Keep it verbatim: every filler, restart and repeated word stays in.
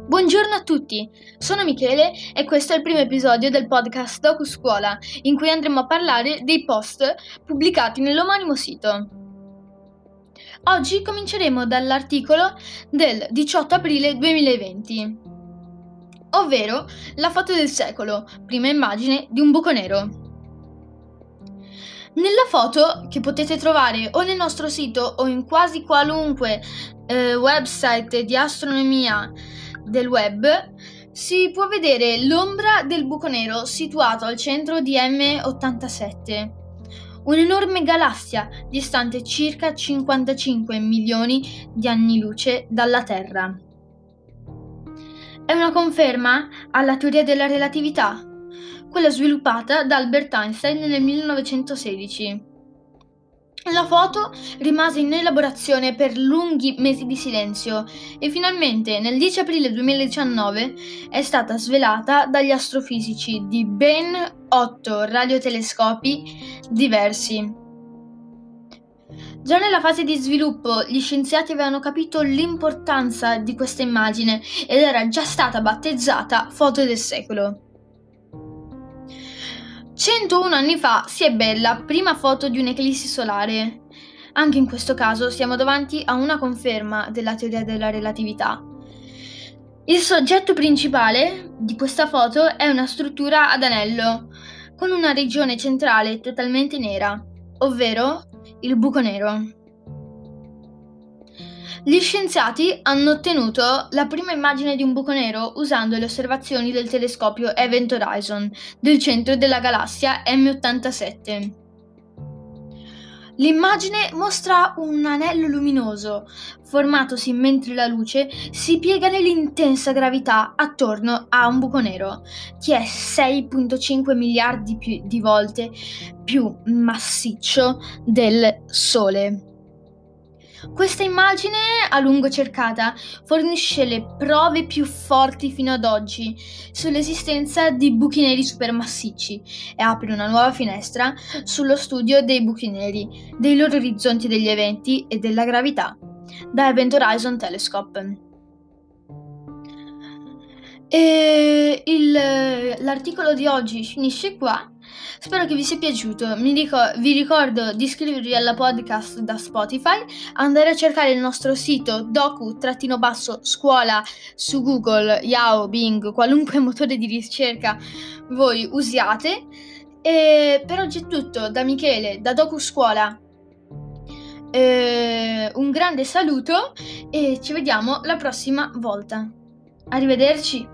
Buongiorno a tutti, sono Michele e questo è il primo episodio del podcast DocuScuola, in cui andremo a parlare dei post pubblicati nell'omonimo sito. Oggi cominceremo dall'articolo del diciotto aprile duemilaventi, ovvero la foto del secolo, prima immagine di un buco nero. Nella foto, che potete trovare o nel nostro sito o in quasi qualunque eh, website di astronomia del web, si può vedere l'ombra del buco nero situato al centro di M ottantasette, un'enorme galassia distante circa cinquantacinque milioni di anni luce dalla Terra. È una conferma alla teoria della relatività, quella sviluppata da Albert Einstein nel millenovecentosedici. La foto rimase in elaborazione per lunghi mesi di silenzio e finalmente nel dieci aprile duemiladiciannove è stata svelata dagli astrofisici di ben otto radiotelescopi diversi. Già nella fase di sviluppo gli scienziati avevano capito l'importanza di questa immagine ed era già stata battezzata foto del secolo. centouno anni fa si ebbe la prima foto di un'eclissi solare. Anche in questo caso siamo davanti a una conferma della teoria della relatività. Il soggetto principale di questa foto è una struttura ad anello, con una regione centrale totalmente nera, ovvero il buco nero. Gli scienziati hanno ottenuto la prima immagine di un buco nero usando le osservazioni del telescopio Event Horizon del centro della galassia M ottantasette. L'immagine mostra un anello luminoso formatosi mentre la luce si piega nell'intensa gravità attorno a un buco nero, che è sei virgola cinque miliardi più di volte più massiccio del Sole. Questa immagine, a lungo cercata, fornisce le prove più forti fino ad oggi sull'esistenza di buchi neri supermassicci e apre una nuova finestra sullo studio dei buchi neri, dei loro orizzonti degli eventi e della gravità, da Event Horizon Telescope. E il, l'articolo di oggi finisce qua. Spero che vi sia piaciuto. Mi ricor- vi ricordo di iscrivervi alla podcast da Spotify, andare a cercare il nostro sito docu-scuola su Google, Yahoo, Bing, qualunque motore di ricerca voi usiate. E per oggi è tutto da Michele, da DocuScuola. E un grande saluto e ci vediamo la prossima volta. Arrivederci.